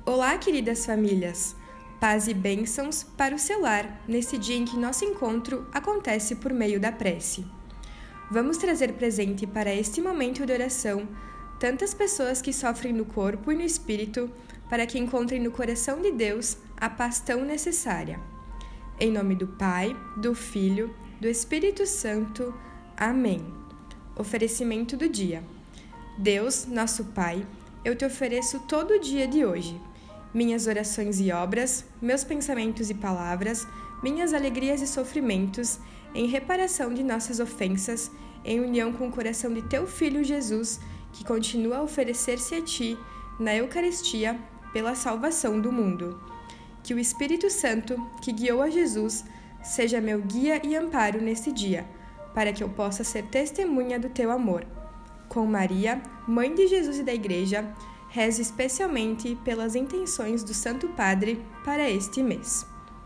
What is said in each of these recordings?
Olá, queridas famílias! Paz e bênçãos para o seu lar, nesse dia em que nosso encontro acontece por meio da prece. Vamos trazer presente para este momento de oração tantas pessoas que sofrem no corpo e no espírito, para que encontrem no coração de Deus a paz tão necessária. Em nome do Pai, do Filho, do Espírito Santo. Amém. Oferecimento do dia. Deus, nosso Pai, eu te ofereço todo o dia de hoje. Minhas orações e obras, meus pensamentos e palavras, minhas alegrias e sofrimentos, em reparação de nossas ofensas, em união com o coração de teu Filho Jesus, que continua a oferecer-se a ti, na Eucaristia, pela salvação do mundo. Que o Espírito Santo, que guiou a Jesus, seja meu guia e amparo neste dia, para que eu possa ser testemunha do teu amor. Com Maria, Mãe de Jesus e da Igreja, rezo especialmente pelas intenções do Santo Padre para este mês.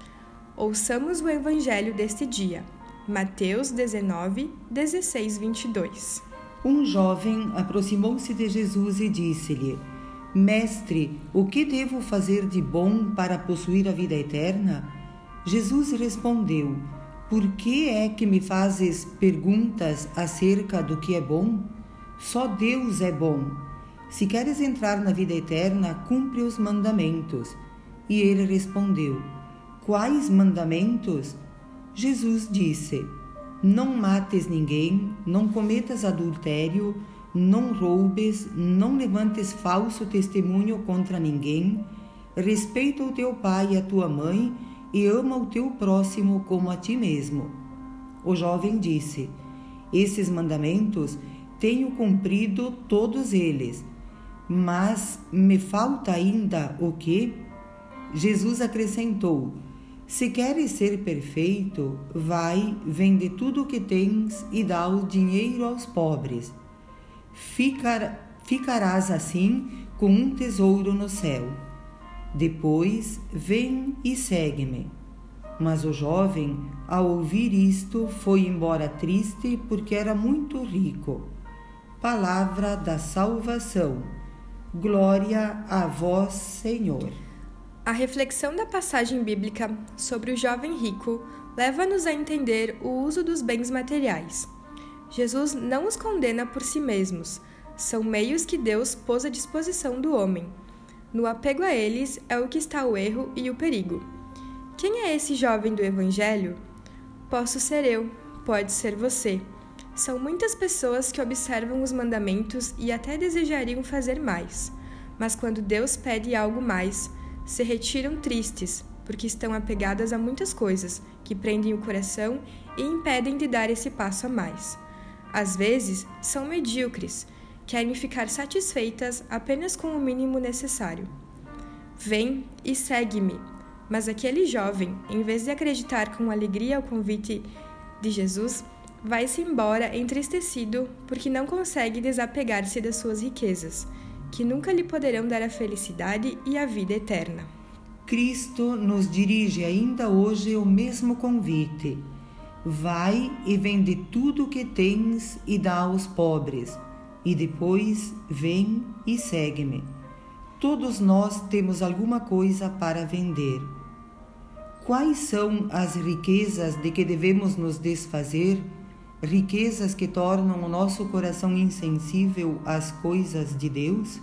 Ouçamos o Evangelho deste dia. Mateus 19, 16, 22. Um jovem aproximou-se de Jesus e disse-lhe: Mestre, o que devo fazer de bom para possuir a vida eterna? Jesus respondeu: Por que é que me fazes perguntas acerca do que é bom? Só Deus é bom. Se queres entrar na vida eterna, cumpre os mandamentos. E ele respondeu: Quais mandamentos? Jesus disse: Não mates ninguém, não cometas adultério, não roubes, não levantes falso testemunho contra ninguém, respeita o teu pai e a tua mãe e ama o teu próximo como a ti mesmo. O jovem disse: Esses mandamentos tenho cumprido todos eles. Mas me falta ainda o quê? Jesus acrescentou: Se queres ser perfeito, vai, vende tudo o que tens e dá o dinheiro aos pobres. Ficarás assim com um tesouro no céu. Depois, vem e segue-me. Mas o jovem, ao ouvir isto, foi embora triste porque era muito rico. Palavra da salvação. Glória a vós, Senhor. A reflexão da passagem bíblica sobre o jovem rico leva-nos a entender o uso dos bens materiais. Jesus não os condena por si mesmos, são meios que Deus pôs à disposição do homem. No apego a eles é o que está o erro e o perigo. Quem é esse jovem do Evangelho? Posso ser eu, pode ser você. São muitas pessoas que observam os mandamentos e até desejariam fazer mais, mas quando Deus pede algo mais, se retiram tristes, porque estão apegadas a muitas coisas que prendem o coração e impedem de dar esse passo a mais. Às vezes, são medíocres, querem ficar satisfeitas apenas com o mínimo necessário. Vem e segue-me, mas aquele jovem, em vez de acreditar com alegria ao convite de Jesus, vai-se embora entristecido porque não consegue desapegar-se das suas riquezas, que nunca lhe poderão dar a felicidade e a vida eterna. Cristo nos dirige ainda hoje o mesmo convite. Vai e vende tudo o que tens e dá aos pobres, e depois vem e segue-me. Todos nós temos alguma coisa para vender. Quais são as riquezas de que devemos nos desfazer? Riquezas que tornam o nosso coração insensível às coisas de Deus?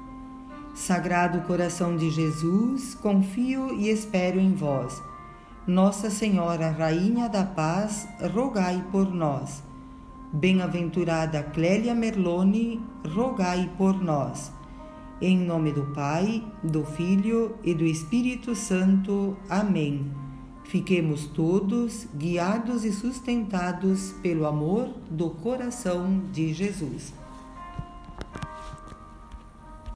Sagrado coração de Jesus, confio e espero em vós. Nossa Senhora, Rainha da Paz, rogai por nós. Bem-aventurada Clélia Merloni, rogai por nós. Em nome do Pai, do Filho e do Espírito Santo. Amém. Fiquemos todos guiados e sustentados pelo amor do coração de Jesus.